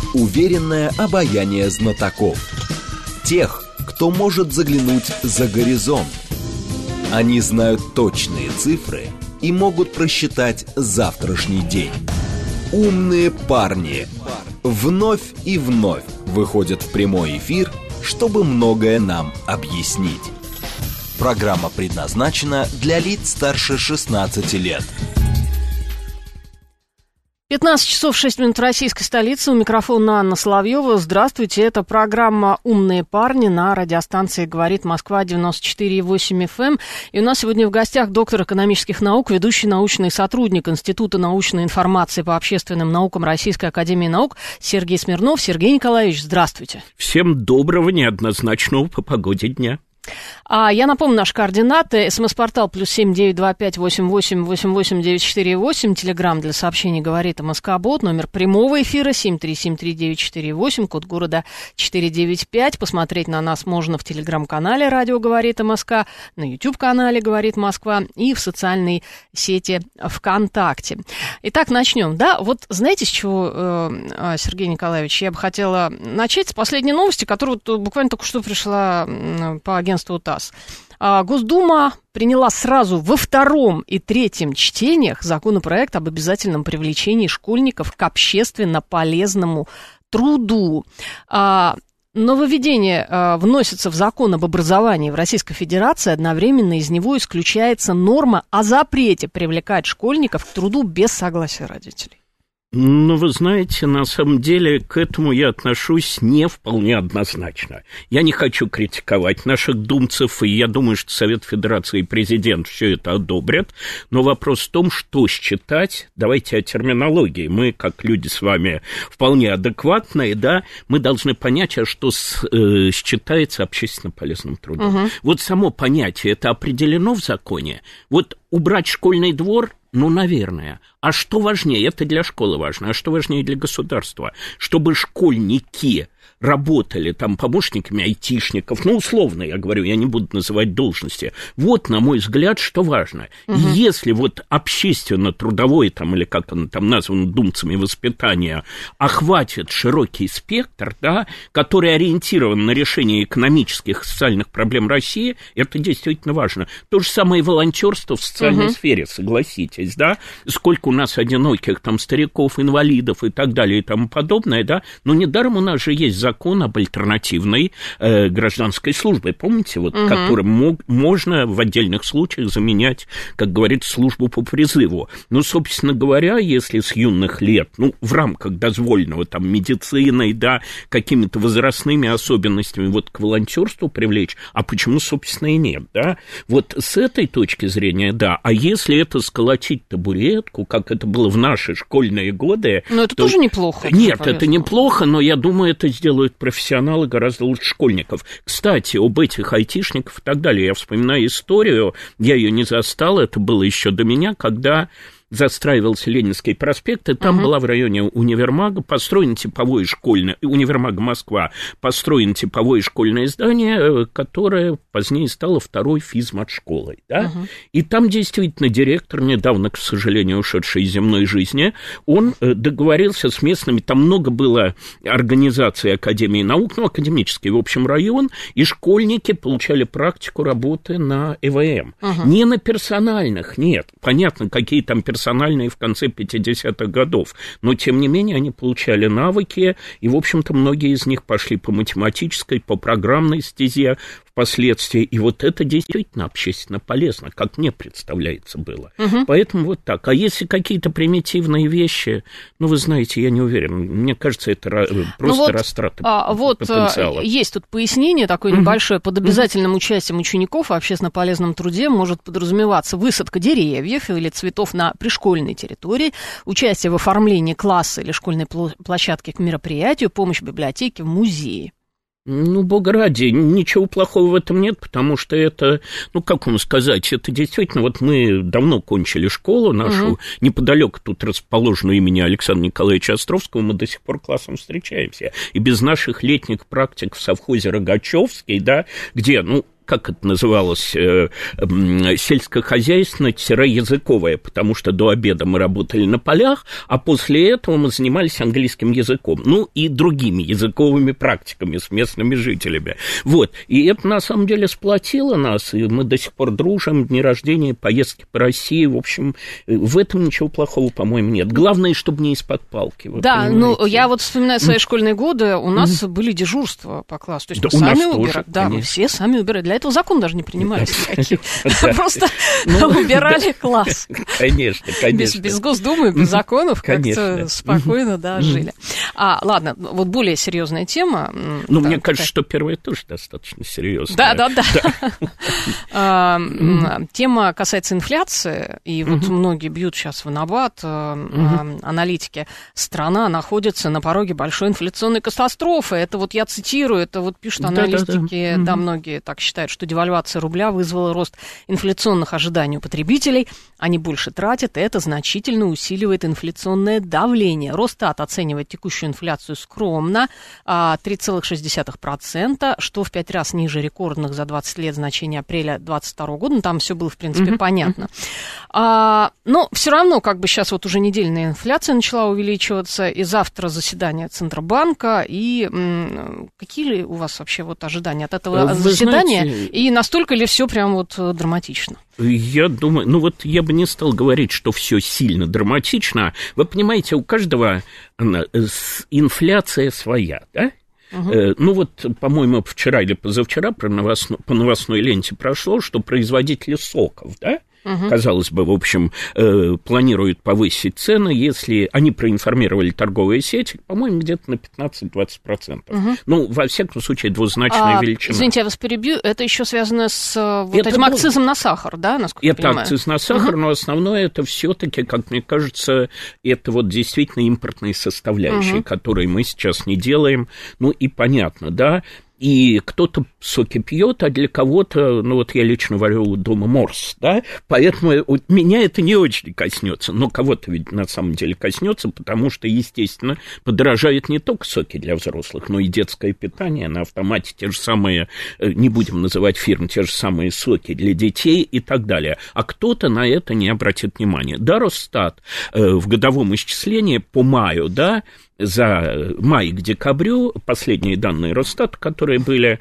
Уверенное обаяние знатоков. Тех, кто может заглянуть за горизонт. Они знают точные цифры и могут просчитать завтрашний день. Умные парни вновь и вновь выходят в прямой эфир, чтобы многое нам объяснить. Программа предназначена для лиц старше 16 лет. 15 часов 6 минут в российской столице. У микрофона Анна Соловьева. Здравствуйте. Это программа «Умные парни» на радиостанции «Говорит Москва» 94,8 FM. И у нас сегодня в гостях доктор экономических наук, ведущий научный сотрудник Института научной информации по общественным наукам Российской академии наук Сергей Смирнов. Сергей Николаевич, здравствуйте. Всем доброго, неоднозначного по погоде дня. Я напомню наши координаты. СМС-портал +7 925 88 88 948. Телеграмм для сообщений «Говорит МСК-бот». Номер прямого эфира 7373948. Код города 495. Посмотреть на нас можно в телеграм-канале «Радио говорит МСК», на YouTube-канале «Говорит Москва» и в социальной сети ВКонтакте. Итак, начнем. Да, вот знаете, с чего, Сергей Николаевич, я бы хотела начать с последней новости, которая вот буквально только что пришла по агентству ТАСС. Госдума приняла сразу во втором и третьем чтениях законопроект об обязательном привлечении школьников к общественно полезному труду. Нововведение вносится в закон об образовании в Российской Федерации. Одновременно из него исключается норма о запрете привлекать школьников к труду без согласия родителей. Ну, вы знаете, на самом деле к этому я отношусь не вполне однозначно. Я не хочу критиковать наших думцев, и я думаю, что Совет Федерации и президент все это одобрят. Но вопрос в том, что считать, давайте о терминологии. Мы, как люди с вами вполне адекватные, да, мы должны понять, а что считается общественно полезным трудом. Угу. Вот само понятие, это определено в законе. Вот убрать школьный двор, ну, наверное. А что важнее? Это для школы важно. А что важнее для государства? Чтобы школьники работали там помощниками айтишников, ну, условно, я говорю, я не буду называть должности. Вот, на мой взгляд, что важно. Угу. Если вот общественно-трудовое, там, или как оно там названо, думцами воспитания, охватит широкий спектр, да, который ориентирован на решение экономических и социальных проблем России, это действительно важно. То же самое и волонтерство в социальной сфере, согласитесь, да, сколько у нас одиноких там стариков, инвалидов и так далее и тому подобное, да, но недаром у нас же есть закон об альтернативной гражданской службе, помните, вот, которым можно в отдельных случаях заменять, как говорится, службу по призыву. Ну, собственно говоря, если с юных лет, ну, в рамках дозволенного там медициной, да, какими-то возрастными особенностями вот к волонтерству привлечь, а почему, собственно, и нет, да? Вот с этой точки зрения, да, а если это сколотить табуретку, как это было в наши школьные годы... Но это тоже неплохо. Нет, это неплохо, но я думаю, это сделают профессионалы гораздо лучше школьников. Кстати, об этих айтишниках и так далее. Я вспоминаю историю, я ее не застал, это было еще до меня, когда застраивался Ленинский проспект, и там была в районе универмага построено типовое школьное, универмага Москва, построено типовое школьное здание, которое позднее стало второй физмат-школой, да? И там действительно директор, недавно, к сожалению, ушедший из земной жизни, он договорился с местными, там много было организаций Академии наук, ну, академический, в общем, район, и школьники получали практику работы на ЭВМ. Не на персональных, нет, понятно, какие там персональные в конце 50-х годов, но, тем не менее, они получали навыки, и, в общем-то, многие из них пошли по математической, по программной стезе впоследствии, и вот это действительно общественно полезно, как мне представляется было. Поэтому вот так. А если какие-то примитивные вещи, ну, вы знаете, я не уверен, мне кажется, это просто растрата потенциала. Вот есть тут пояснение такое небольшое, под обязательным участием учеников в общественно полезном труде может подразумеваться высадка деревьев или цветов на пришкольной территории, участие в оформлении класса или школьной площадки к мероприятию, помощь библиотеке, в музее. Ну, бога ради, ничего плохого в этом нет, потому что это, ну, как вам сказать, это действительно, вот мы давно кончили школу нашу, неподалеку тут расположенную имени Александра Николаевича Островского, мы до сих пор классом встречаемся, и без наших летних практик в совхозе Рогачевский, да, где, ну, как это называлось, сельскохозяйственно-языковая, потому что до обеда мы работали на полях, а после этого мы занимались английским языком, ну и другими языковыми практиками с местными жителями. Вот, и это на самом деле сплотило нас, и мы до сих пор дружим, дни рождения, поездки по России, в общем, в этом ничего плохого, по-моему, нет. Главное, чтобы не из-под палки. Да, понимаете? Ну, я вот вспоминаю свои школьные годы, у нас были дежурства по классу, то есть да, мы сами убирали. Да, мы все сами убирали. Для этого закон даже не принимались никаких. Просто убирали класс. Конечно, конечно. Без Госдумы, без законов как-то спокойно, да, жили. Ладно, вот более серьезная тема. Ну, мне кажется, что первая тоже достаточно серьезная. Да. Тема касается инфляции, и вот многие бьют сейчас в набат, аналитики. Страна находится на пороге большой инфляционной катастрофы. Это вот я цитирую, это вот пишут аналитики, да, многие так считают, что девальвация рубля вызвала рост инфляционных ожиданий у потребителей, они больше тратят, и это значительно усиливает инфляционное давление. Росстат оценивает текущую инфляцию скромно, 3,6%, что в 5 раз ниже рекордных за 20 лет значений апреля 2022 года. Ну, там все было, в принципе, понятно. Но все равно, как бы сейчас вот уже недельная инфляция начала увеличиваться, и завтра заседание Центробанка, и какие у вас вообще вот ожидания от этого заседания, и настолько ли все прям вот драматично? Я думаю, ну вот я бы не стал говорить, что все сильно драматично. Вы понимаете, у каждого инфляция своя, да? Ну вот, по-моему, вчера или позавчера по новостной ленте прошло, что производители соков, да, казалось бы, в общем, планируют повысить цены, если они проинформировали торговые сети, по-моему, где-то на 15-20%. Ну, во всяком случае, двузначная величина. Извините, я вас перебью, это еще связано с вот этим акцизом на сахар, да, насколько я понимаю? Это акциз на сахар, но основное это все-таки, как мне кажется, это вот действительно импортные составляющие, которые мы сейчас не делаем, ну и понятно, да. И кто-то соки пьет, а для кого-то, ну вот я лично варю дома морс, да, поэтому меня это не очень коснется, но кого-то ведь на самом деле коснется, потому что, естественно, подорожают не только соки для взрослых, но и детское питание на автомате, те же самые, не будем называть фирм, те же самые соки для детей и так далее, а кто-то на это не обратит внимания. Да, Росстат в годовом исчислении по маю, да, за май к декабрю, последние данные Росстата, которые были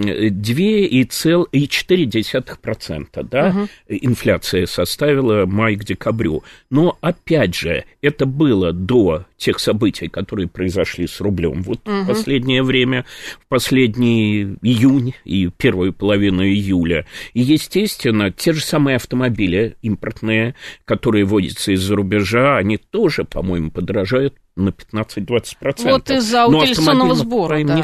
2,4%, да, инфляция составила май к декабрю. Но, опять же, это было до тех событий, которые произошли с рублем вот в последнее время, в последний июнь и первую половину июля. И, естественно, те же самые автомобили импортные, которые вводятся из-за рубежа, они тоже, по-моему, подорожают на 15-20%. Вот из-за утилизационного сбора, да. Не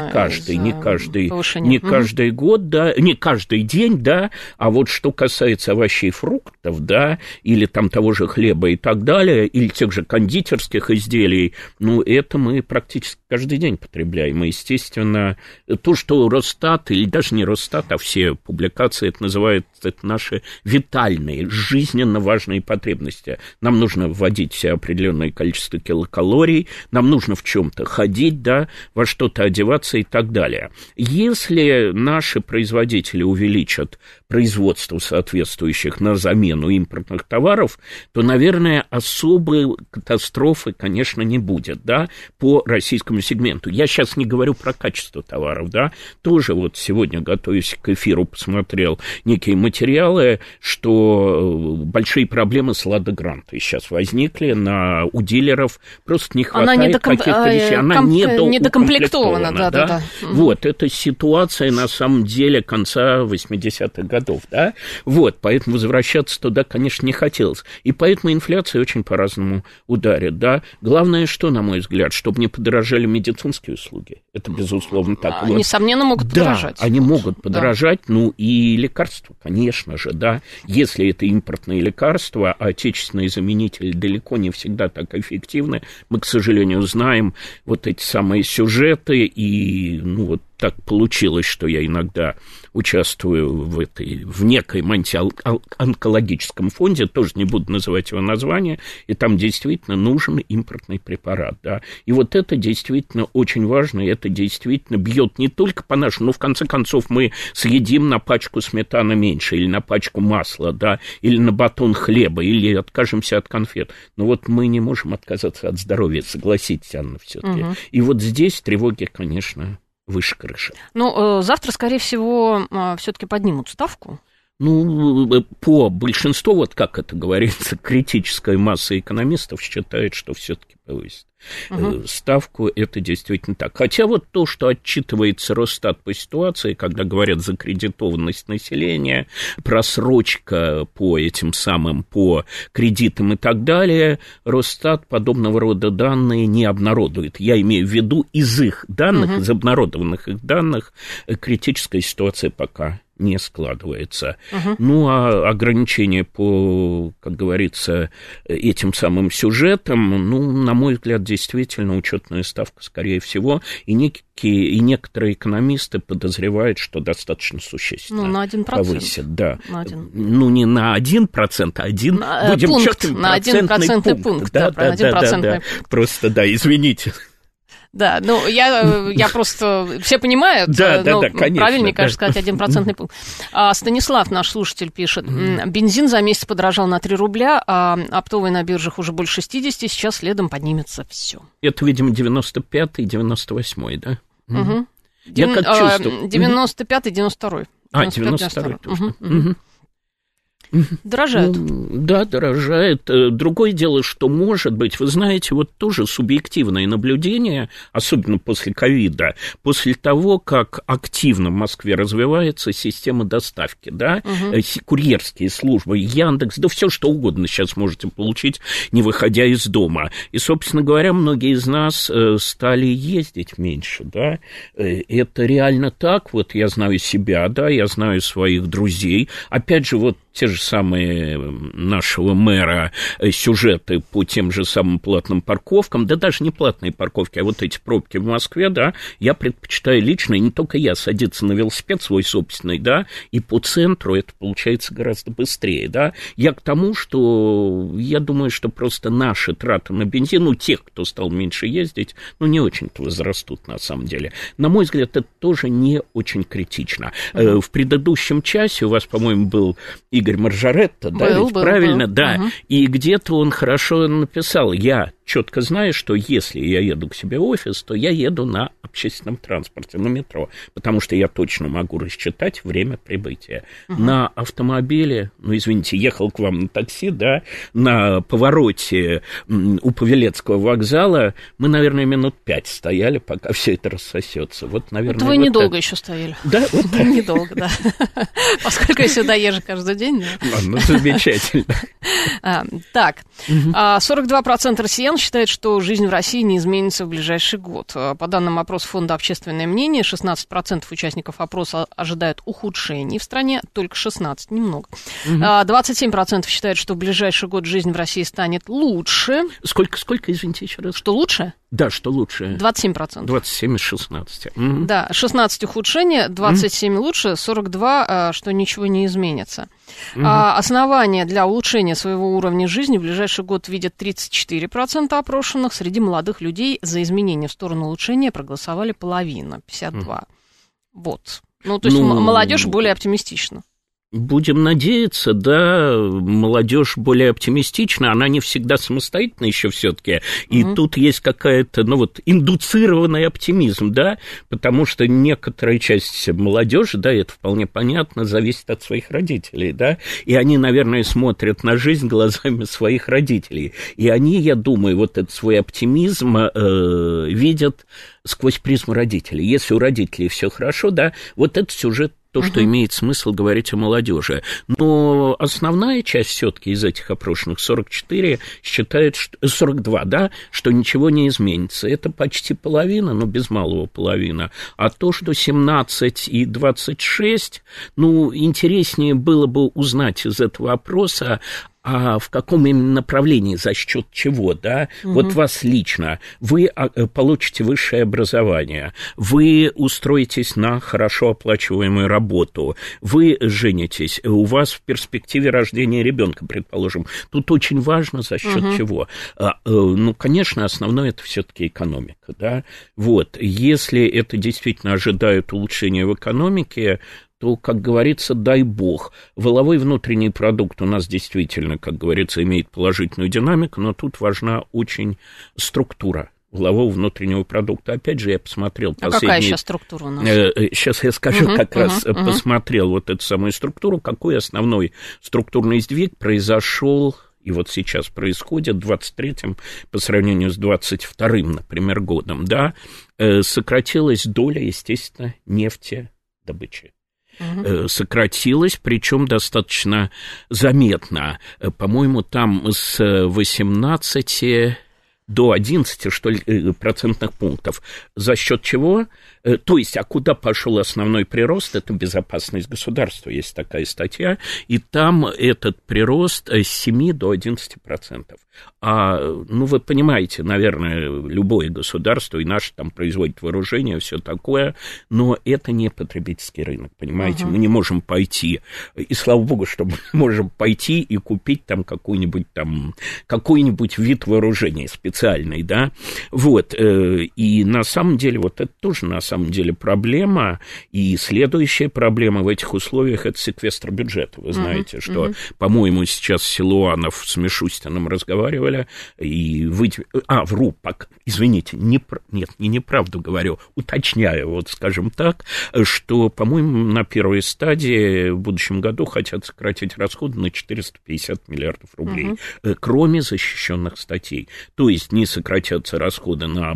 каждый год, да, не каждый день, да, а вот что касается овощей и фруктов, да, или там того же хлеба и так далее, или тех же кондитерских изделий, ну, это мы практически каждый день потребляем. И, естественно, то, что Росстат, или даже не Росстат, а все публикации это называют, это наши витальные, жизненно важные потребности. Нам нужно вводить определенное количество килокалорий, нам нужно в чем-то ходить, да, во что-то одеваться и так далее. Если наши производители увеличат производство соответствующих на замену импортных товаров, то, наверное, особой катастрофы, конечно, не будет, да, по российскому сегменту. Я сейчас не говорю про качество товаров, да, тоже вот сегодня, готовясь к эфиру, посмотрел некие материалы, что большие проблемы с Лада Грантой сейчас возникли у дилеров, просто не хватает каких-то вещей, она недокомплектована, да. Вот, это ситуация, на самом деле, конца 80-х годов, да, вот, поэтому возвращаться туда, конечно, не хотелось, и поэтому инфляция очень по-разному ударит, да. Главное, что, на мой взгляд, чтобы не подорожали медицинские услуги, это, безусловно, так. Несомненно, могут подорожать. Да, они могут подорожать, ну, и лекарства, конечно же, да, если это импортные лекарства, а отечественные заменители далеко не всегда так эффективны, мы, к сожалению, знаем вот эти самые сюжеты, и, ну, вот так получилось, что я иногда участвую в некоем антионкологическом фонде, тоже не буду называть его название, и там действительно нужен импортный препарат, да. И вот это действительно очень важно, и это действительно бьет не только по нашему, но в конце концов мы съедим на пачку сметаны меньше, или на пачку масла, да, или на батон хлеба, или откажемся от конфет. Но вот мы не можем отказаться от здоровья, согласитесь, Анна, все-таки. Угу. И вот здесь тревоги, конечно, выше крыши. Ну, завтра, скорее всего, все-таки поднимут ставку. Ну, по большинству, вот как это говорится, критическая масса экономистов считает, что все-таки повысит ставку, это действительно так. Хотя вот то, что отчитывается Росстат по ситуации, когда говорят закредитованность населения, просрочка по этим самым, по кредитам и так далее, Росстат подобного рода данные не обнародует. Я имею в виду из их данных, из обнародованных их данных, критическая ситуация пока не складывается. Ну, а ограничения по, как говорится, этим самым сюжетам, ну, на мой взгляд, действительно учетная ставка, скорее всего, и некоторые экономисты подозревают, что достаточно существенно на 1%. Повысят. Да. На 1. Ну, не на 1%, а один, будем пункт, на 1% пункт. Да. Просто, да, извините. Да, ну, я просто... Все понимают, да, конечно. Правильнее, кажется, сказать 1% пункт. Станислав, наш слушатель, пишет. Бензин за месяц подорожал на 3 рубля, а оптовый на биржах уже больше 60, сейчас следом поднимется все. Это, видимо, 95-й, 98-й, да? Угу. Я как чувствую. 95-й, 92-й. 92-й, точно. Дорожает. Да, дорожает. Другое дело, что, может быть, вы знаете, вот тоже субъективное наблюдение, особенно после ковида, после того, как активно в Москве развивается система доставки, да, курьерские службы, Яндекс, да все что угодно сейчас можете получить, не выходя из дома. И, собственно говоря, многие из нас стали ездить меньше, да. Это реально так, вот я знаю себя, да, я знаю своих друзей. Опять же, вот те же самые нашего мэра сюжеты по тем же самым платным парковкам, да даже не платные парковки, а вот эти пробки в Москве, да, я предпочитаю лично, и не только я, садиться на велосипед свой собственный, да, и по центру это получается гораздо быстрее, да. Я к тому, что я думаю, что просто наши траты на бензин, у тех, кто стал меньше ездить, ну, не очень-то возрастут на самом деле. На мой взгляд, это тоже не очень критично. В предыдущем часе у вас, по-моему, был Игорь Маржаретта, да, ведь правильно, да, и где-то он хорошо написал, я четко знаю, что если я еду к себе в офис, то я еду на общественном транспорте, на метро, потому что я точно могу рассчитать время прибытия. На автомобиле, ну, извините, ехал к вам на такси, да, на повороте у Павелецкого вокзала мы, наверное, минут 5 стояли, пока все это рассосется. Вот, наверное, вот вы недолго еще стояли. Да, вот так. Недолго, да. Поскольку я сюда езжу каждый день. Ну, замечательно. Так, 42% россиян считают, что жизнь в России не изменится в ближайший год. По данным опроса Фонда «Общественное мнение», 16% участников опроса ожидают ухудшений в стране, только 16%, немного. 27% считают, что в ближайший год жизнь в России станет лучше. Сколько, извините, еще раз? Что лучше? Да, что лучше? 27%. 27 из 16. Да, 16 ухудшения, 27 лучше, 42, что ничего не изменится. Основания для улучшения своего уровня жизни в ближайший год видят 34% опрошенных. Среди молодых людей за изменения в сторону улучшения проголосовали половина, 52%. Вот. Ну, то есть молодежь более оптимистична. Будем надеяться, да, молодежь более оптимистична, она не всегда самостоятельна еще все-таки, и тут есть какая-то, ну вот, индуцированный оптимизм, да, потому что некоторая часть молодежи, да, это вполне понятно, зависит от своих родителей, да, и они, наверное, смотрят на жизнь глазами своих родителей, и они, я думаю, вот этот свой оптимизм видят сквозь призму родителей. Если у родителей все хорошо, да, вот этот сюжет то, что имеет смысл говорить о молодежи. Но основная часть все-таки из этих опрошенных, 44, считает, что, 42, да, что ничего не изменится. Это почти половина, но без малого половина. А то, что 17 и 26, ну, интереснее было бы узнать из этого опроса, а в каком именно направлении, за счет чего, да? Вот вас лично, вы получите высшее образование, вы устроитесь на хорошо оплачиваемую работу, вы женитесь, у вас в перспективе рождения ребенка, предположим. Тут очень важно, за счет чего. Ну, конечно, основное это все-таки экономика, да? Вот, если это действительно ожидают улучшения в экономике, то, как говорится, дай бог. Валовой внутренний продукт у нас действительно, как говорится, имеет положительную динамику, но тут важна очень структура валового внутреннего продукта. Опять же, я посмотрел последние... какая сейчас структура у нас? Сейчас я скажу, посмотрел вот эту самую структуру, какой основной структурный сдвиг произошел, и вот сейчас происходит в 23-м по сравнению с 22-м, например, годом, да, сократилась доля, естественно, нефтедобычи. Сократилась, причем достаточно заметно. По-моему, там с 18 до 11, что ли, процентных пунктов. За счет чего? То есть, а куда пошел основной прирост? Это безопасность государства, есть такая статья, и там этот прирост с 7 до 11%. Ну, вы понимаете, наверное, любое государство, и наше там производит вооружение, все такое, но это не потребительский рынок, понимаете? Мы не можем пойти, и слава богу, что мы можем пойти и купить там какой-нибудь вид вооружения специальный, да? Вот, и на самом деле, вот это тоже на самом деле проблема, и следующая проблема в этих условиях – это секвестр бюджета. Вы знаете, что, по-моему, сейчас Силуанов с Мишустиным разговаривали, и вру, извините, неправду говорю, уточняю, вот скажем так, что, по-моему, на первой стадии в будущем году хотят сократить расходы на 450 миллиардов рублей, кроме защищенных статей. То есть не сократятся расходы на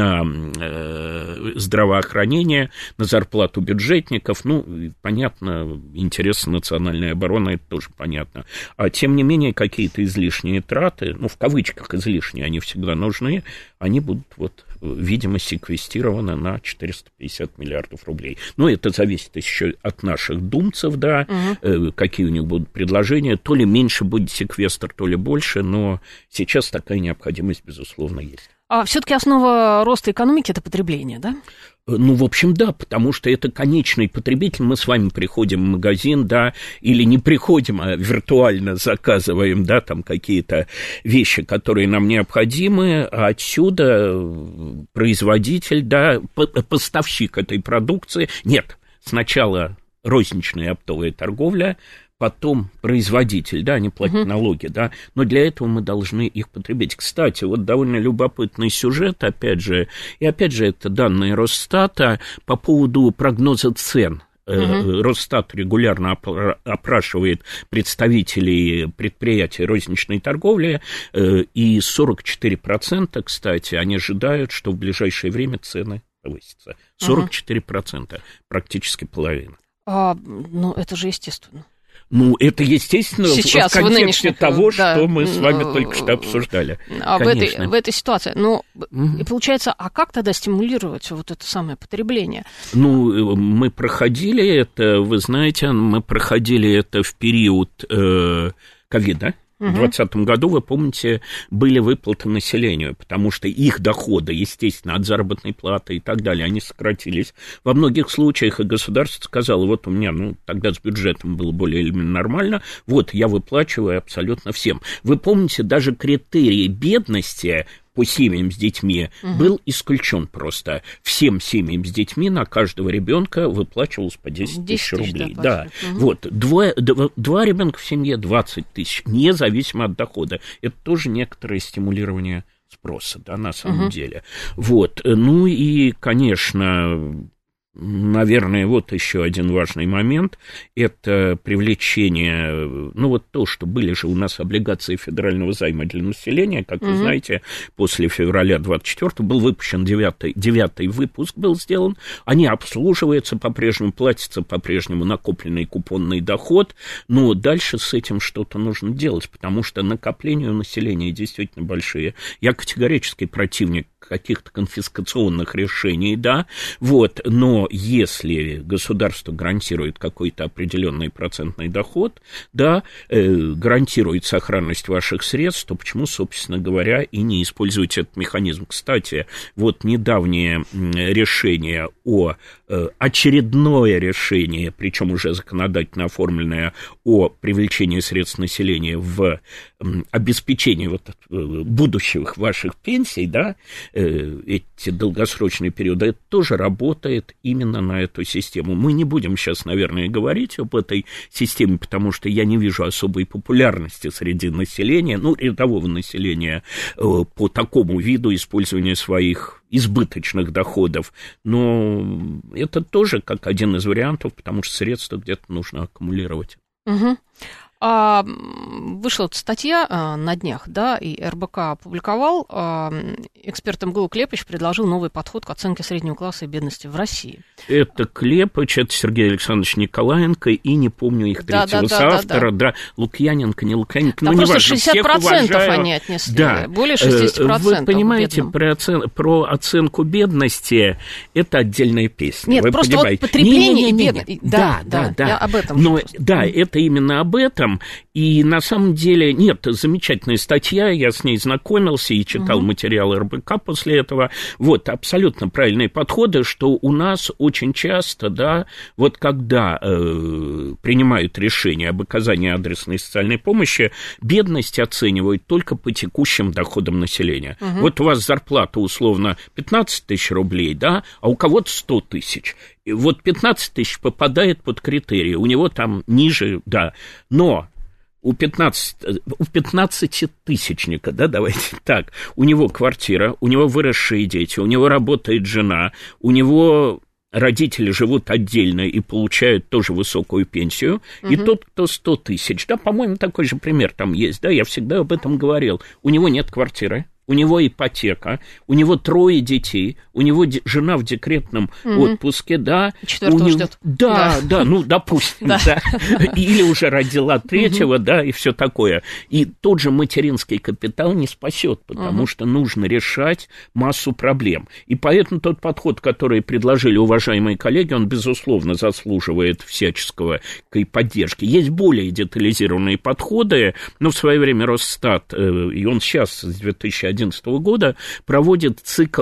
здравоохранение, на зарплату бюджетников, ну, понятно, интересы национальной обороны, это тоже понятно. А тем не менее, какие-то излишние траты, ну, в кавычках излишние, они всегда нужны, они будут, вот, видимо, секвестированы на 450 миллиардов рублей. Но это зависит еще от наших думцев, да, какие у них будут предложения, то ли меньше будет секвестр, то ли больше, но сейчас такая необходимость, безусловно, есть. А все-таки основа роста экономики – это потребление, да? Ну, в общем, да, потому что это конечный потребитель. Мы с вами приходим в магазин, да, или не приходим, а виртуально заказываем, да, там какие-то вещи, которые нам необходимы, а отсюда производитель, да, поставщик этой продукции. Нет, сначала розничная оптовая торговля, потом производитель, да, они платят налоги, да, но для этого мы должны их потребить. Кстати, вот довольно любопытный сюжет, опять же, это данные Росстата по поводу прогноза цен. Росстат регулярно опрашивает представителей предприятий розничной торговли, и 44%, кстати, они ожидают, что в ближайшее время цены повысятся. 44%, практически половина. Ну, это же естественно. Ну, это, естественно, сейчас, в контексте того, да, что мы с вами только что обсуждали. В этой ситуации. Ну, и получается, а как тогда стимулировать вот это самое потребление? Ну, мы проходили это, вы знаете, в период ковида. В 2020 году, вы помните, были выплаты населению, потому что их доходы, естественно, от заработной платы и так далее, они сократились. Во многих случаях и государство сказало, вот у меня, ну, тогда с бюджетом было более или менее нормально, вот, я выплачиваю абсолютно всем. Вы помните, даже критерий бедности по семьям с детьми был исключен просто. Всем семьям с детьми на каждого ребенка выплачивалось по 10 тысяч рублей. Да. Вот. Два ребенка в семье 20 тысяч, независимо от дохода. Это тоже некоторое стимулирование спроса, да, на самом деле. Вот. Ну и, конечно, наверное, вот еще один важный момент – это привлечение, ну, вот то, что были же у нас облигации федерального займа для населения, как вы знаете, после февраля 24-го был выпущен 9-й выпуск был сделан, они обслуживаются по-прежнему, платится по-прежнему накопленный купонный доход, но дальше с этим что-то нужно делать, потому что накопления у населения действительно большие. Я категорический противник каких-то конфискационных решений, да, вот, но если государство гарантирует какой-то определенный процентный доход, да, гарантирует сохранность ваших средств, то почему, собственно говоря, и не использовать этот механизм? Кстати, вот недавнее решение очередное решение, причем уже законодательно оформленное, о привлечении средств населения в обеспечении вот будущих ваших пенсий, да, эти долгосрочные периоды, это тоже работает именно на эту систему. Мы не будем сейчас, наверное, говорить об этой системе, потому что я не вижу особой популярности среди населения, ну, рядового населения по такому виду использования своих избыточных доходов, но это тоже как один из вариантов, потому что средства где-то нужно аккумулировать. Угу. Вышла статья на днях, да, и РБК опубликовал, эксперт МГУ Клепыч предложил новый подход к оценке среднего класса и бедности в России. Это Клепыч, это Сергей Александрович Николаенко, и не помню их третьего соавтора, да, Лукьяненко, не Лукьяненко, да, ну, просто неважно, 60% они отнесли, да. Более 60%. Вы понимаете, про оценку бедности это отдельная песня. Нет, вы просто понимаете. Вот потребление и бедность. Да, я об этом. Но, да, это именно об этом. И на самом деле, нет, замечательная статья, я с ней знакомился и читал материалы РБК после этого. Вот, абсолютно правильные подходы, что у нас очень часто, да, вот когда принимают решение об оказании адресной социальной помощи, бедность оценивают только по текущим доходам населения. Вот у вас зарплата условно 15 тысяч рублей, да, а у кого-то 100 тысяч. И вот 15 тысяч попадает под критерии, у него там ниже, да, но у 15-тысячника, да, давайте так, у него квартира, у него выросшие дети, у него работает жена, у него родители живут отдельно и получают тоже высокую пенсию, и тот, кто 100 тысяч, да, по-моему, такой же пример там есть, да, я всегда об этом говорил, у него нет квартиры, у него ипотека, у него 3 детей, у него жена в декретном отпуске, да. 4-го ждет. Да, ну, допустим, да. Или уже родила 3-го, да, и все такое. И тот же материнский капитал не спасет, потому что нужно решать массу проблем. И поэтому тот подход, который предложили уважаемые коллеги, он, безусловно, заслуживает всяческого поддержки. Есть более детализированные подходы, но в свое время Росстат, и он сейчас с 2011 года проводит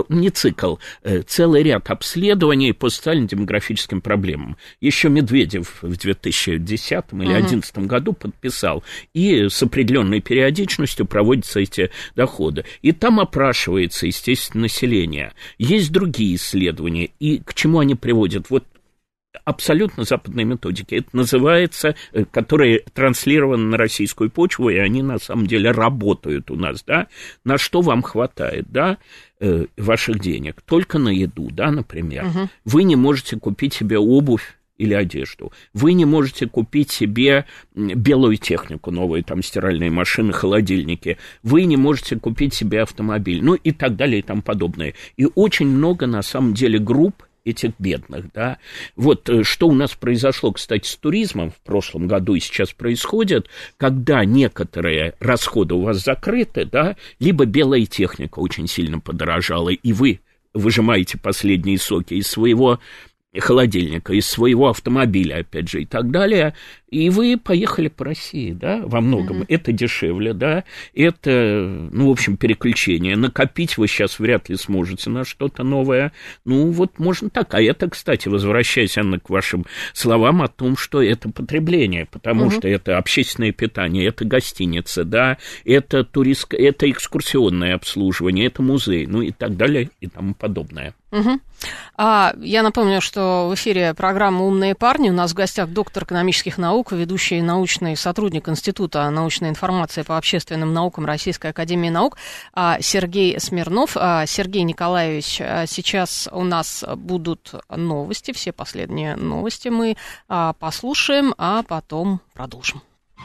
целый ряд обследований по социально-демографическим проблемам. Еще Медведев в 2010 или 2011 году подписал, и с определенной периодичностью проводятся эти доходы. И там опрашивается, естественно, население. Есть другие исследования, и к чему они приводят? Вот абсолютно западные методики. Это называется, которые транслированы на российскую почву, и они на самом деле работают у нас, да, на что вам хватает, да, ваших денег, только на еду, да, например. Вы не можете купить себе обувь или одежду. Вы не можете купить себе белую технику, новые там стиральные машины, холодильники. Вы не можете купить себе автомобиль, ну и так далее и тому подобное. И очень много, на самом деле, групп этих бедных, да. Вот что у нас произошло, кстати, с туризмом в прошлом году и сейчас происходит, когда некоторые расходы у вас закрыты, да, либо белая техника очень сильно подорожала, и вы выжимаете последние соки из своего холодильника, из своего автомобиля, опять же, и так далее, и вы поехали по России, да, во многом. Это дешевле, да, это, ну, в общем, переключение. Накопить вы сейчас вряд ли сможете на что-то новое. Ну, вот можно так. А это, кстати, возвращаясь, Анна, к вашим словам о том, что это потребление, потому что это общественное питание, это гостиница, да, это это экскурсионное обслуживание, это музей, ну, и так далее, и тому подобное. Я напомню, что в эфире программа «Умные парни». У нас в гостях доктор экономических наук, ведущий научный сотрудник Института научной информации по общественным наукам Российской академии наук Сергей Смирнов. Сергей Николаевич, сейчас у нас будут новости, все последние новости мы послушаем, а потом продолжим.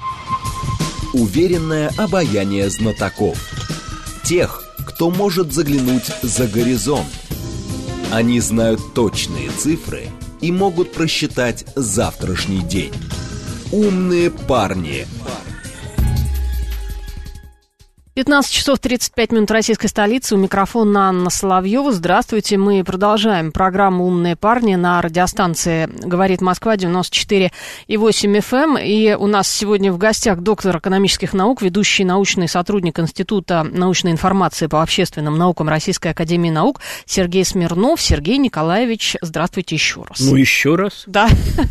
Уверенное обаяние знатоков. Тех, кто может заглянуть за горизонт. Они знают точные цифры и могут просчитать завтрашний день. Умные парни. 15 часов 35 минут российской столицы. У микрофона Анна Соловьева. Здравствуйте. Мы продолжаем программу «Умные парни» на радиостанции «Говорит Москва» 94,8 FM. И у нас сегодня в гостях доктор экономических наук, ведущий научный сотрудник Института научной информации по общественным наукам Российской академии наук Сергей Смирнов. Сергей Николаевич, здравствуйте еще раз. Ну, еще раз. Да.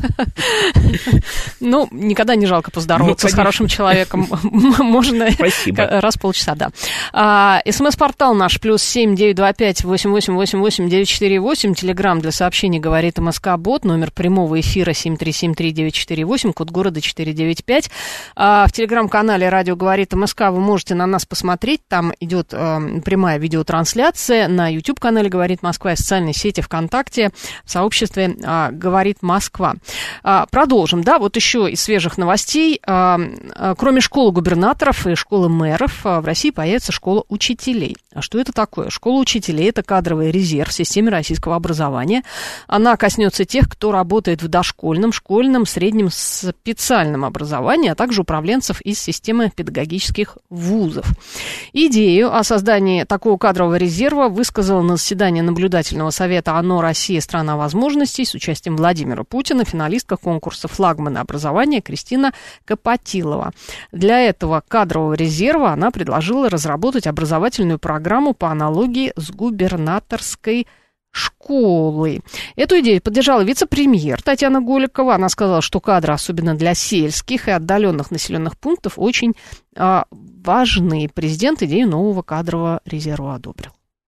Ну, никогда не жалко поздороваться с хорошим человеком. Можно раз в полчаса, да. СМС-портал наш +7 925 8888 948. Телеграм для сообщений «Говорит МСК-бот». Номер прямого эфира 7373948, код города 495. В телеграм-канале «Радио говорит МСК» вы можете на нас посмотреть. Там идет прямая видеотрансляция. На YouTube-канале «Говорит Москва» и в социальной сети ВКонтакте в сообществе «Говорит Москва». Продолжим. Да, вот еще из свежих новостей. Кроме школы губернаторов и школы мэров, в России появится школа учителей. А что это такое? Школа учителей – это кадровый резерв в системе российского образования. Она коснется тех, кто работает в дошкольном, школьном, среднем, специальном образовании, а также управленцев из системы педагогических вузов. Идею о создании такого кадрового резерва высказала на заседании наблюдательного совета ОНО «Россия. Страна возможностей» с участием Владимира Путина финалистка конкурса «Флагманы образования» Кристина Копотилова. Для этого кадрового резерва она предложила разработать образовательную программу по аналогии с губернаторской школой. Эту идею поддержала вице-премьер Татьяна Голикова. Она сказала, что кадры, особенно для сельских и отдаленных населенных пунктов, очень важны. Президент идею нового кадрового резерва одобрил.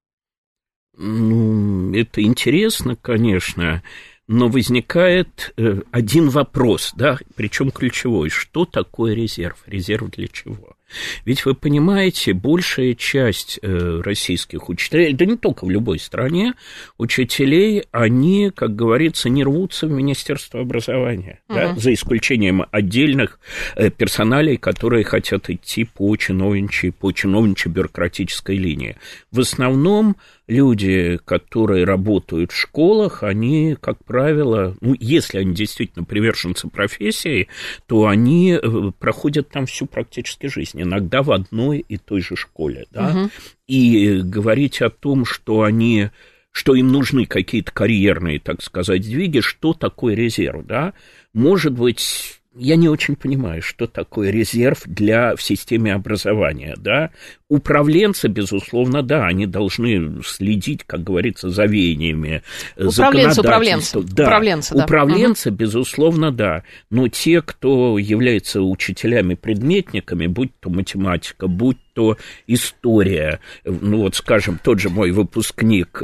Ну, это интересно, конечно, но возникает один вопрос, да, причем ключевой. Что такое резерв? Резерв для чего? Ведь вы понимаете, большая часть российских учителей, да не только в любой стране, учителей, они, как говорится, не рвутся в Министерство образования, да, за исключением отдельных персоналей, которые хотят идти по чиновничьей бюрократической линии. В основном люди, которые работают в школах, они, как правило, ну, если они действительно приверженцы профессии, то они проходят там всю практически жизнь, иногда в одной и той же школе, да, и говорить о том, что им нужны какие-то карьерные, так сказать, сдвиги, что такое резерв, да, может быть... Я не очень понимаю, что такое резерв в системе образования, да. Управленцы, безусловно, да, они должны следить, как говорится, за веяниями законодательства. Управленцы, безусловно, да. Но те, кто является учителями-предметниками, будь то математика, будь то история, ну вот, скажем, тот же мой выпускник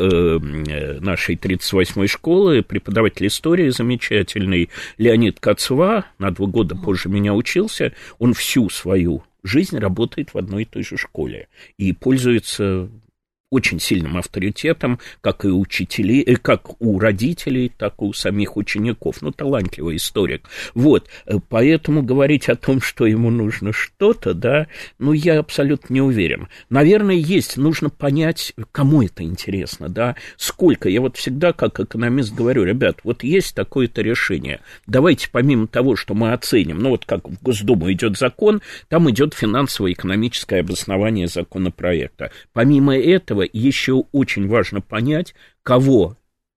нашей 38-й школы, преподаватель истории замечательный Леонид Кацва, на 2 года позже меня учился, он всю свою жизнь работает в одной и той же школе и пользуется очень сильным авторитетом, как и учителей, как у родителей, так и у самих учеников. Ну, талантливый историк. Вот, поэтому говорить о том, что ему нужно что-то, да, ну, я абсолютно не уверен. Наверное, нужно понять, кому это интересно, да, сколько. Я вот всегда, как экономист, говорю, ребят, вот есть такое-то решение, давайте помимо того, что мы оценим, ну, вот как в Госдуму идет закон, там идет финансово-экономическое обоснование законопроекта. Помимо этого, еще очень важно понять, кого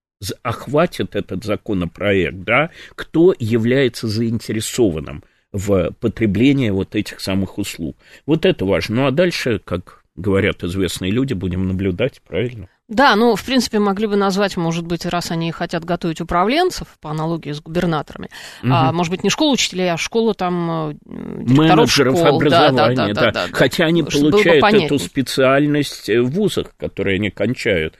охватит этот законопроект, да, кто является заинтересованным в потреблении вот этих самых услуг. Вот это важно. Ну, а дальше, как говорят известные люди, будем наблюдать, правильно? Да, ну, в принципе, могли бы назвать, может быть, раз они хотят готовить управленцев, по аналогии с губернаторами, может быть, не школу учителей, а школу там директоров менеджеров школ. Образования, да. Хотя они получают эту специальность в вузах, которые они кончают.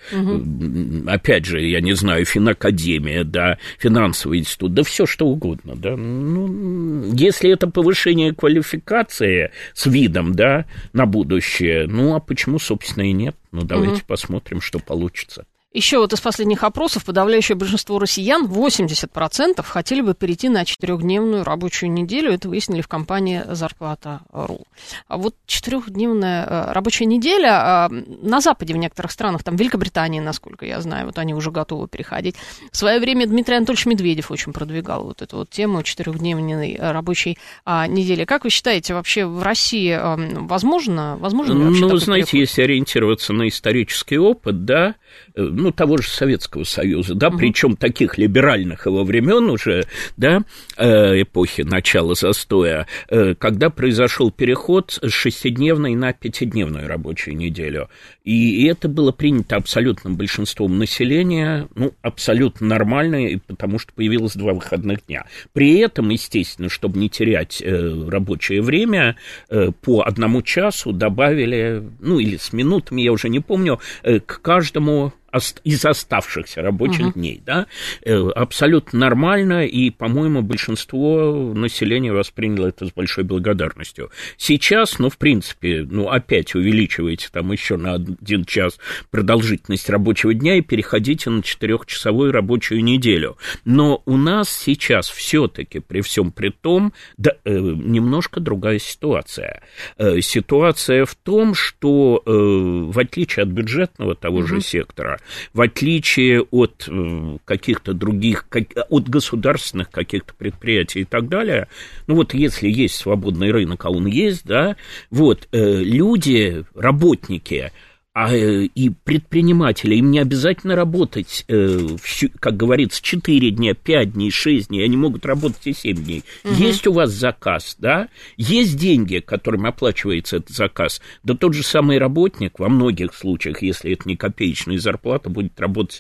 Опять же, я не знаю, финакадемия, да, финансовый институт, да все что угодно, да. Ну, если это повышение квалификации с видом, да, на будущее, ну, а почему, собственно, и нет? Ну, давайте посмотрим, что получится. Еще вот из последних опросов подавляющее большинство россиян, 80%, хотели бы перейти на 4-дневную рабочую неделю. Это выяснили в компании «Зарплата.ру». А вот 4-дневная рабочая неделя на Западе, в некоторых странах, там в Великобритании, насколько я знаю, вот они уже готовы переходить. В свое время Дмитрий Анатольевич Медведев очень продвигал вот эту вот тему 4-дневной рабочей недели. Как вы считаете, вообще в России возможно ли вообще такой знаете, переход? если ориентироваться на исторический опыт, да, того же Советского Союза, да, причем таких либеральных его времен уже, да, эпохи начала застоя, когда произошел переход с 6-дневной на 5-дневную рабочую неделю. И это было принято абсолютным большинством населения, абсолютно нормально, потому что появилось 2 выходных дня. При этом, естественно, чтобы не терять рабочее время, по 1 часу добавили, или с минутами, я уже не помню, к каждому из оставшихся рабочих дней, да, абсолютно нормально, и, по-моему, большинство населения восприняло это с большой благодарностью. Сейчас, в принципе, опять увеличиваете там еще на 1 час продолжительность рабочего дня и переходите на 4-часовую рабочую неделю. Но у нас сейчас все-таки, при всем при том, немножко другая ситуация. Ситуация в том, что, в отличие от бюджетного того же сектора, в отличие от каких-то других, от государственных каких-то предприятий и так далее, если есть свободный рынок, а он есть, да, люди, работники, и предприниматели, им не обязательно работать, как говорится, 4 дня, 5 дней, 6 дней, они могут работать и 7 дней. Есть у вас заказ, да, есть деньги, которыми оплачивается этот заказ, да тот же самый работник во многих случаях, если это не копеечная зарплата, будет работать,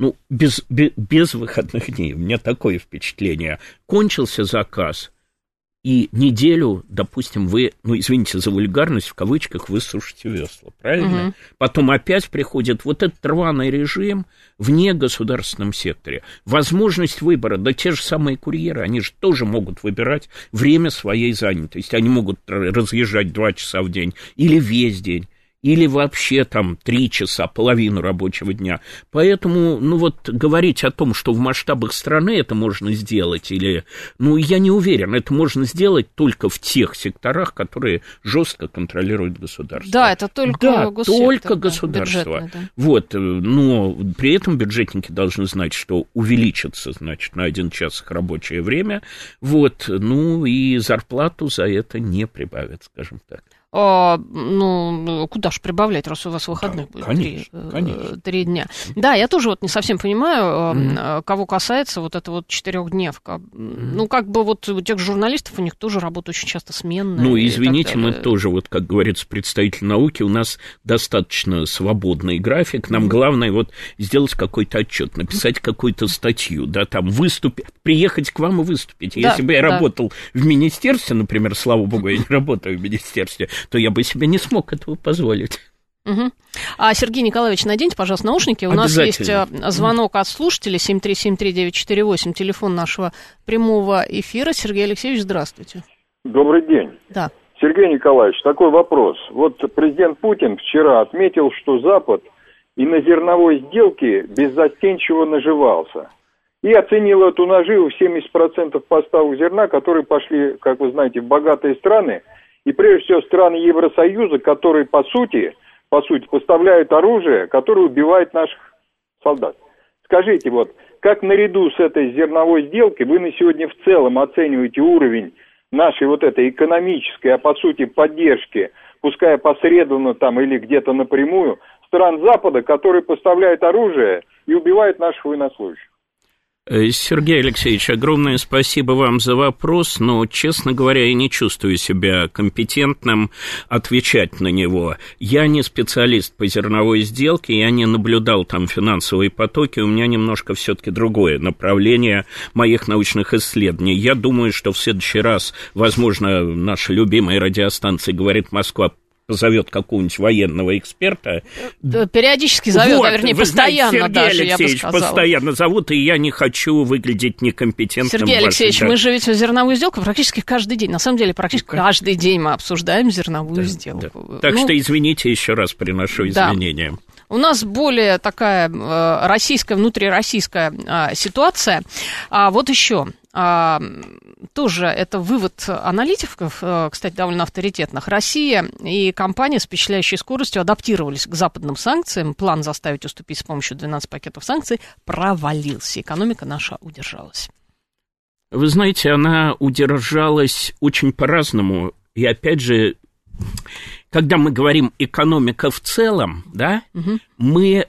без выходных дней. У меня такое впечатление. Кончился заказ, и неделю, допустим, вы, извините за вульгарность, в кавычках, вы сушите весла, правильно? Потом опять приходит вот этот рваный режим в негосударственном секторе. Возможность выбора, да те же самые курьеры, они же тоже могут выбирать время своей занятости. Они могут разъезжать 2 часа в день или весь день. Или вообще там 3 часа, половину рабочего дня. Поэтому, говорить о том, что в масштабах страны это можно сделать, или, я не уверен, это можно сделать только в тех секторах, которые жестко контролирует государство. Да, это только госсектор, только государство. Да. Но при этом бюджетники должны знать, что увеличится, значит, на 1 час их рабочее время, и зарплату за это не прибавят, скажем так. Куда ж прибавлять, раз у вас выходных будет 3 дня. Да, я тоже не совсем понимаю, кого касается вот эта 4-дневка. У тех же журналистов, у них тоже работа очень часто сменная. Извините, мы тоже, как говорится, представитель науки, у нас достаточно свободный график. Нам главное сделать какой-то отчет, написать какую-то статью, да, там выступить, приехать к вам и выступить. Если бы я работал в министерстве, например, слава богу, я не работаю в министерстве, то я бы себе не смог этого позволить. Сергей Николаевич, наденьте, пожалуйста, наушники. У нас есть звонок от слушателя 7373948, телефон нашего прямого эфира. Сергей Алексеевич, здравствуйте. Добрый день. Да. Сергей Николаевич, такой вопрос. Президент Путин вчера отметил, что Запад и на зерновой сделке беззастенчиво наживался. И оценил эту наживу в 70% поставок зерна, которые пошли, как вы знаете, в богатые страны. И прежде всего страны Евросоюза, которые по сути поставляют оружие, которое убивает наших солдат. Скажите, как наряду с этой зерновой сделкой вы на сегодня в целом оцениваете уровень нашей этой экономической, по сути, поддержки, пускай опосредованно там или где-то напрямую, стран Запада, которые поставляют оружие и убивают наших военнослужащих? Сергей Алексеевич, огромное спасибо вам за вопрос, но, честно говоря, я не чувствую себя компетентным отвечать на него. Я не специалист по зерновой сделке, я не наблюдал там финансовые потоки, у меня немножко все-таки другое направление моих научных исследований. Я думаю, что в следующий раз, возможно, наша любимая радиостанция «Говорит Москва» позовет какого-нибудь военного эксперта. Периодически зовет, вернее, постоянно знаете, Сергей даже, Алексеевич, я бы сказала. Постоянно зовут, и я не хочу выглядеть некомпетентным. Сергей Алексеевич, мы же ведь зерновую сделку практически каждый день. На самом деле, практически каждый день мы обсуждаем зерновую сделку. Да. Так что извините, еще раз приношу извинения. У нас более такая российская, внутрироссийская ситуация. А вот еще... тоже это вывод аналитиков, кстати, довольно авторитетных. Россия и компания с впечатляющей скоростью адаптировались к западным санкциям. План заставить уступить с помощью 12 пакетов санкций провалился. Экономика наша удержалась. Вы знаете, она удержалась очень по-разному. И опять же, когда мы говорим экономика в целом, да, мы,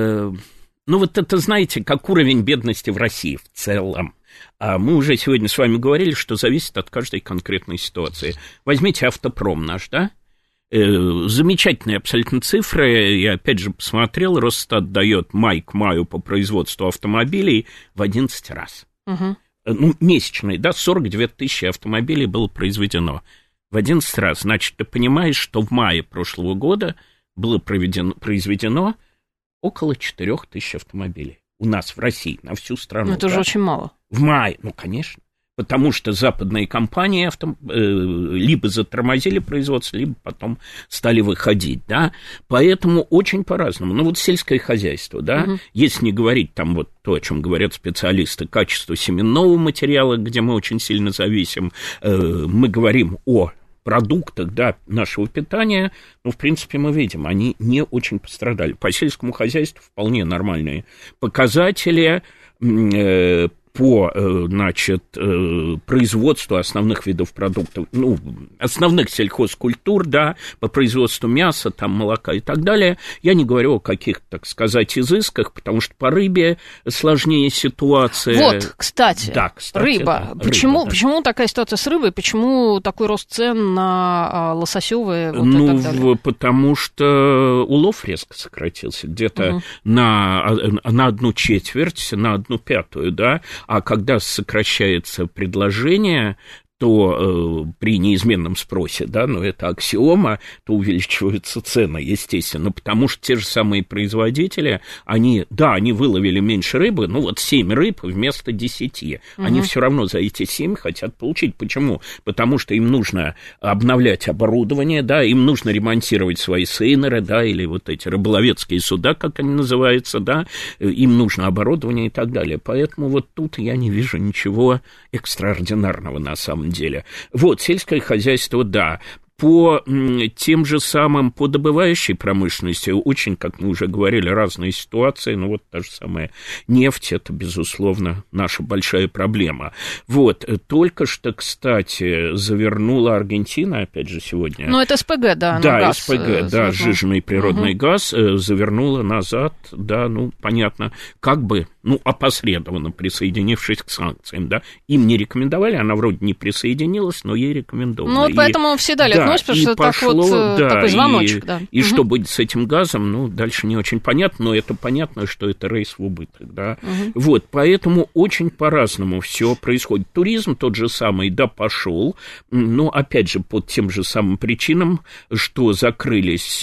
ну вот это, знаете, как уровень бедности в России в целом. А мы уже сегодня с вами говорили, что зависит от каждой конкретной ситуации. Возьмите автопром наш, да? Замечательные абсолютно цифры. Я опять же посмотрел, Росстат дает май к маю по производству автомобилей в 11 раз. Ну, месячный, да, 49 тысяч автомобилей было произведено. В 11 раз. Значит, ты понимаешь, что в мае прошлого года было произведено около 4 тысяч автомобилей. У нас в России, на всю страну. Это уже очень мало. В мае, ну, конечно. Потому что западные компании либо затормозили производство, либо потом стали выходить, да. Поэтому очень по-разному. Ну, вот сельское хозяйство, да, если не говорить там вот то, о чем говорят специалисты, качество семенного материала, где мы очень сильно зависим, мы говорим о продуктах, да, нашего питания, ну, в принципе, мы видим, они не очень пострадали. По сельскому хозяйству вполне нормальные показатели, по, значит, производству основных видов продуктов, ну, основных сельхозкультур, да, по производству мяса, там, молока и так далее. Я не говорю о каких-то, так сказать, изысках, потому что по рыбе сложнее ситуация. Вот, кстати, да, рыба. Да, почему, да. Почему такая ситуация с рыбой? Почему такой рост цен на лососевые вот, ну, и так далее? Потому что улов резко сократился где-то на 1/4, на 1/5, да. А когда сокращается предложение, то при неизменном спросе, да, но это аксиома, то увеличиваются цены, естественно, потому что те же самые производители, они выловили меньше рыбы, ну вот 7 рыб вместо 10, они все равно за эти 7 хотят получить. Почему? Потому что им нужно обновлять оборудование, да, им нужно ремонтировать свои сейнеры, да, или вот эти рыболовецкие суда, как они называются, да, им нужно оборудование и так далее. Поэтому вот тут я не вижу ничего экстраординарного на самом деле. Вот, сельское хозяйство, да. По тем же самым, по добывающей промышленности, очень, как мы уже говорили, разные ситуации, ну вот та же самая нефть, это, безусловно, наша большая проблема. Вот, только что, кстати, завернула Аргентина, опять же, сегодня. Ну, это СПГ, да, да, газ, СПГ, да, сжиженный природный газ, завернула назад, да, ну, понятно, как бы, ну, опосредованно присоединившись к санкциям, да. Им не рекомендовали, она вроде не присоединилась, но ей рекомендовали. Ну, вот поэтому все дали да, относятся, потому что пошло, так вот да, такой звоночек, да. И что будет с этим газом, ну, дальше не очень понятно, но это понятно, что это рейс в убыток, да. Вот, поэтому очень по-разному все происходит. Туризм тот же самый, да, пошел, но, опять же, по тем же самым причинам, что закрылись,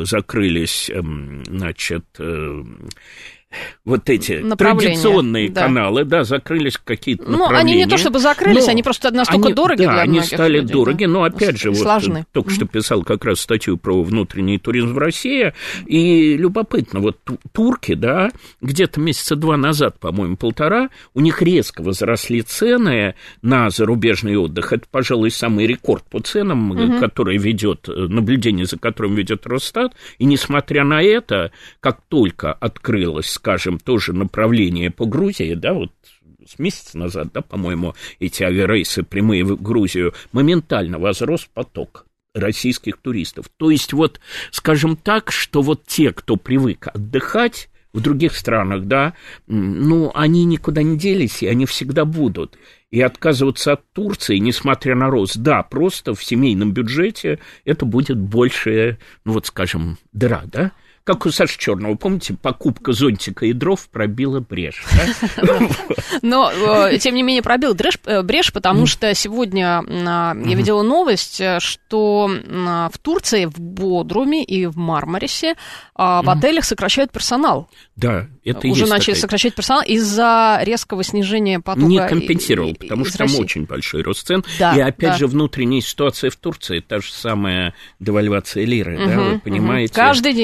значит, вот эти традиционные каналы, да, закрылись какие-то направления. Ну, они не то чтобы закрылись, они просто настолько дороги для многих. Да, они стали людей, дороги, да? но опять же, сложны. Вот только что писал как раз статью про внутренний туризм в России, и любопытно, вот турки, да, где-то месяца 2 назад, по-моему, 1,5, у них резко возросли цены на зарубежный отдых. Это, пожалуй, самый рекорд по ценам, который ведет, наблюдение за которым ведет Росстат, и несмотря на это, как только открылось, скажем, тоже направление по Грузии, да, вот с месяца назад, да, по-моему, эти авиарейсы прямые в Грузию, моментально возрос поток российских туристов. То есть вот, скажем так, что вот те, кто привык отдыхать в других странах, да, ну, они никуда не делись, и они всегда будут. И отказываться от Турции, несмотря на рост, да, просто в семейном бюджете это будет большая, ну, вот, скажем, дыра, да. Как у Саши Черного, помните, покупка зонтика и дров пробила брешь. Да? Но, тем не менее, пробил брешь, потому что сегодня я видела новость, что в Турции, в Бодруме и в Мармарисе в отелях сокращают персонал. Да, это уже начали сокращать персонал из-за резкого снижения потока. Не компенсировал, потому что там очень большой рост цен. Да, и опять же внутренняя ситуация в Турции, та же самая девальвация лиры, да, вы понимаете. Каждый день она падает.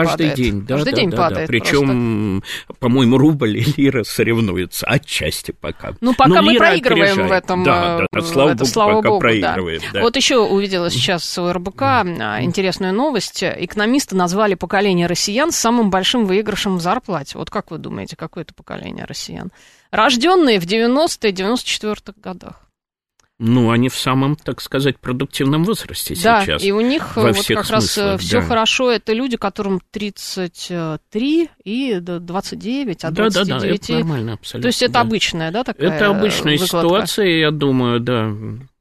падает. День, да, каждый день падает. Причем, по-моему, рубль и лира соревнуются отчасти пока. Ну, пока мы проигрываем опережает. в этом. Да, слава богу, проигрываем. Да. Вот еще увидела сейчас в РБК интересную новость. Экономисты назвали поколение россиян самым большим выигрышем в зарплате. Вот как вы думаете, какое это поколение россиян? Рожденные в 90-е, 94-х годах. Ну, они в самом, так сказать, продуктивном возрасте сейчас. Да, и у них вот как смыслах, раз все хорошо. Это люди, которым 33 и 29, а 29... Да, это нормально абсолютно. То есть это обычная, да, такая это обычная выкладка? Ситуация, я думаю, да.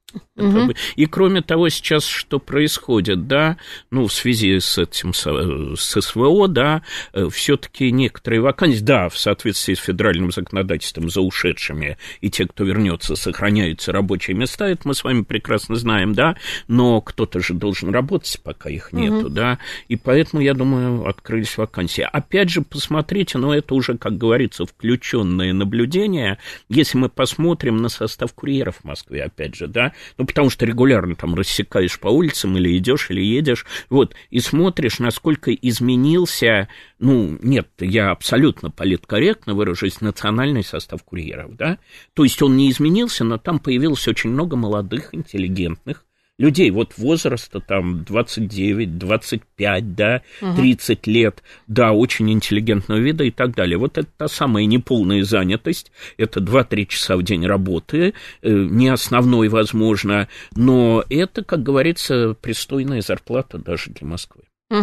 И кроме того, сейчас что происходит, да, ну, в связи с этим, с СВО, да, все-таки некоторые вакансии, да, в соответствии с федеральным законодательством за ушедшими, и те, кто вернется, сохраняются рабочие места, это мы с вами прекрасно знаем, да, но кто-то же должен работать, пока их нету, да, и поэтому, я думаю, открылись вакансии. Опять же, посмотрите, но это уже, как говорится, включенные наблюдения, если мы посмотрим на состав курьеров в Москве, опять же, да, ну, потому что регулярно там рассекаешь по улицам или идешь, или едешь, вот, и смотришь, насколько изменился, ну, нет, я абсолютно политкорректно выражусь, национальный состав курьеров, да, то есть он не изменился, но там появилось очень много молодых, интеллигентных людей, вот возраста там 29, 25, да, 30 лет, да, очень интеллигентного вида и так далее. Вот это та самая неполная занятость, это 2-3 часа в день работы, не основной, возможно, но это, как говорится, пристойная зарплата даже для Москвы.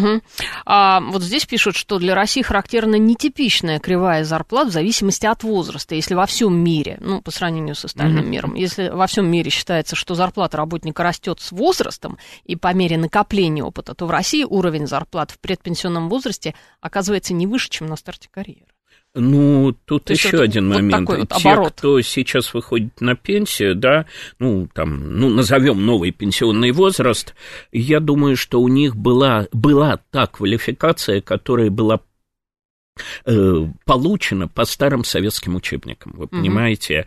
Вот здесь пишут, что для России характерна нетипичная кривая зарплат в зависимости от возраста. Если во всем мире, ну, по сравнению с остальным миром, если во всем мире считается, что зарплата работника растет с возрастом и по мере накопления опыта, то в России уровень зарплат в предпенсионном возрасте оказывается не выше, чем на старте карьеры. Ну, тут еще один момент. Вот те, кто сейчас выходит на пенсию, да, ну, там, ну, назовем новый пенсионный возраст, я думаю, что у них была та квалификация, которая была получено по старым советским учебникам, вы понимаете,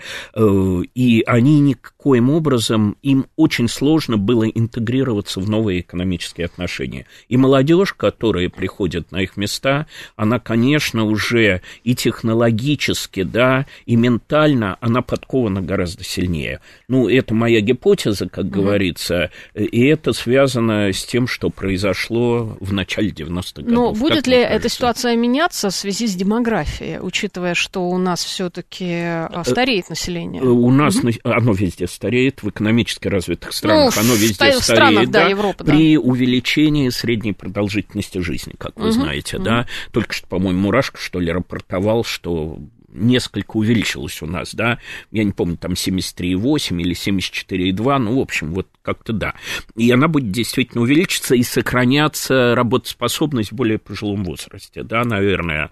и они никоим образом, им очень сложно было интегрироваться в новые экономические отношения. И молодежь, которая приходит на их места, она, конечно, уже и технологически, да, и ментально, она подкована гораздо сильнее. Ну, это моя гипотеза, как говорится, и это связано с тем, что произошло в начале 90-х годов. Но будет ли эта ситуация меняться в связи с демографией, учитывая, что у нас все-таки стареет население? У нас оно везде стареет, в экономически развитых странах оно везде стареет, странах, да, Европы, при увеличении средней продолжительности жизни, как вы знаете, да. Только что, по-моему, Мурашко, что ли, рапортовал, что несколько увеличилось у нас, да, я не помню, там 73,8 или 74,2, ну, в общем, вот как-то да. И она будет действительно увеличиться и сохраняться работоспособность в более пожилом возрасте, да, наверное.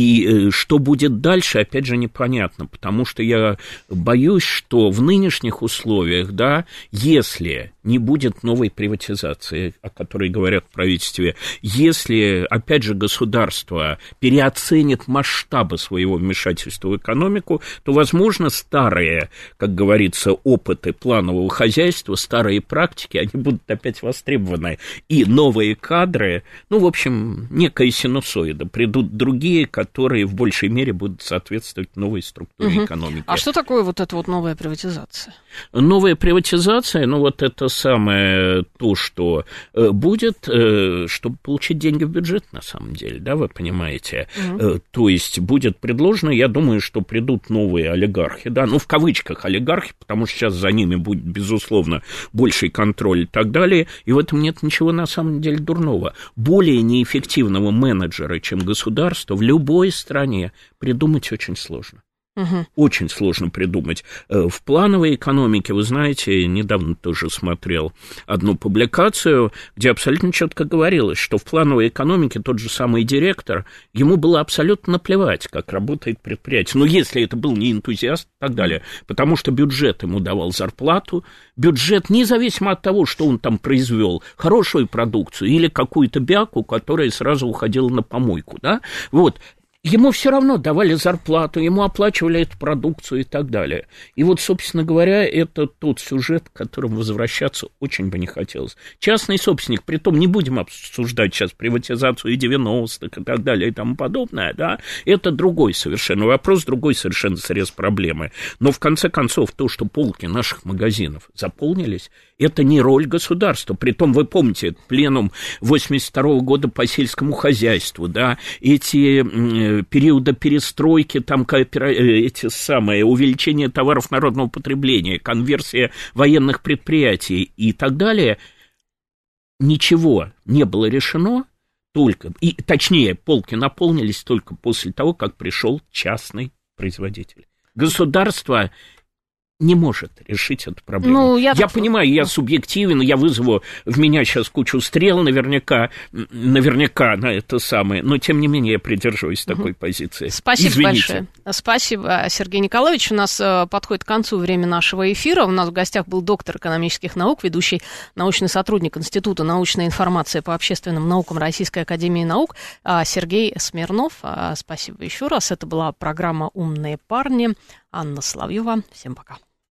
И что будет дальше, опять же, непонятно, потому что я боюсь, что в нынешних условиях, да, если не будет новой приватизации, о которой говорят в правительстве, если, опять же, государство переоценит масштабы своего вмешательства в экономику, то, возможно, старые, как говорится, опыты планового хозяйства, старые практики, они будут опять востребованы. И новые кадры, ну, в общем, некая синусоида, придут другие, которые в большей мере будут соответствовать новой структуре экономики. А что такое вот эта вот новая приватизация? Новая приватизация, ну, вот это самое то, что будет, чтобы получить деньги в бюджет, на самом деле, да, вы понимаете. То есть будет предложено, я думаю, что придут новые олигархи, да, ну, в кавычках олигархи, потому что сейчас за ними будет, безусловно, больший контроль и так далее, и в этом нет ничего, на самом деле, дурного. Более неэффективного менеджера, чем государство, в любой стране придумать очень сложно. Очень сложно придумать. В плановой экономике, вы знаете, недавно тоже смотрел одну публикацию, где абсолютно четко говорилось, что в плановой экономике тот же самый директор, ему было абсолютно наплевать, как работает предприятие. Но если это был не энтузиаст и так далее, потому что бюджет ему давал зарплату, бюджет, независимо от того, что он там произвел, хорошую продукцию или какую-то бяку, которая сразу уходила на помойку, да, вот. Ему все равно давали зарплату, ему оплачивали эту продукцию и так далее. И вот, собственно говоря, это тот сюжет, к которому возвращаться очень бы не хотелось. Частный собственник, притом не будем обсуждать сейчас приватизацию и 90-х и так далее и тому подобное, да, это другой совершенно вопрос, другой совершенно срез проблемы. Но в конце концов то, что полки наших магазинов заполнились, это не роль государства. Притом, вы помните, пленум 82 года по сельскому хозяйству, да, эти периода перестройки, там эти самые увеличение товаров народного потребления, конверсия военных предприятий и так далее, ничего не было решено только, и, точнее, полки наполнились только после того, как пришел частный производитель. Государство не может решить эту проблему. Ну, я понимаю, я субъективен, я вызову в меня сейчас кучу стрел наверняка на это самое, но тем не менее я придерживаюсь такой позиции. Спасибо Извините. большое. Спасибо, Сергей Николаевич. У нас подходит к концу время нашего эфира. У нас в гостях был доктор экономических наук, ведущий научный сотрудник Института научной информации по общественным наукам Российской академии наук Сергей Смирнов. Спасибо еще раз. Это была программа «Умные парни». Анна Соловьева. Всем пока.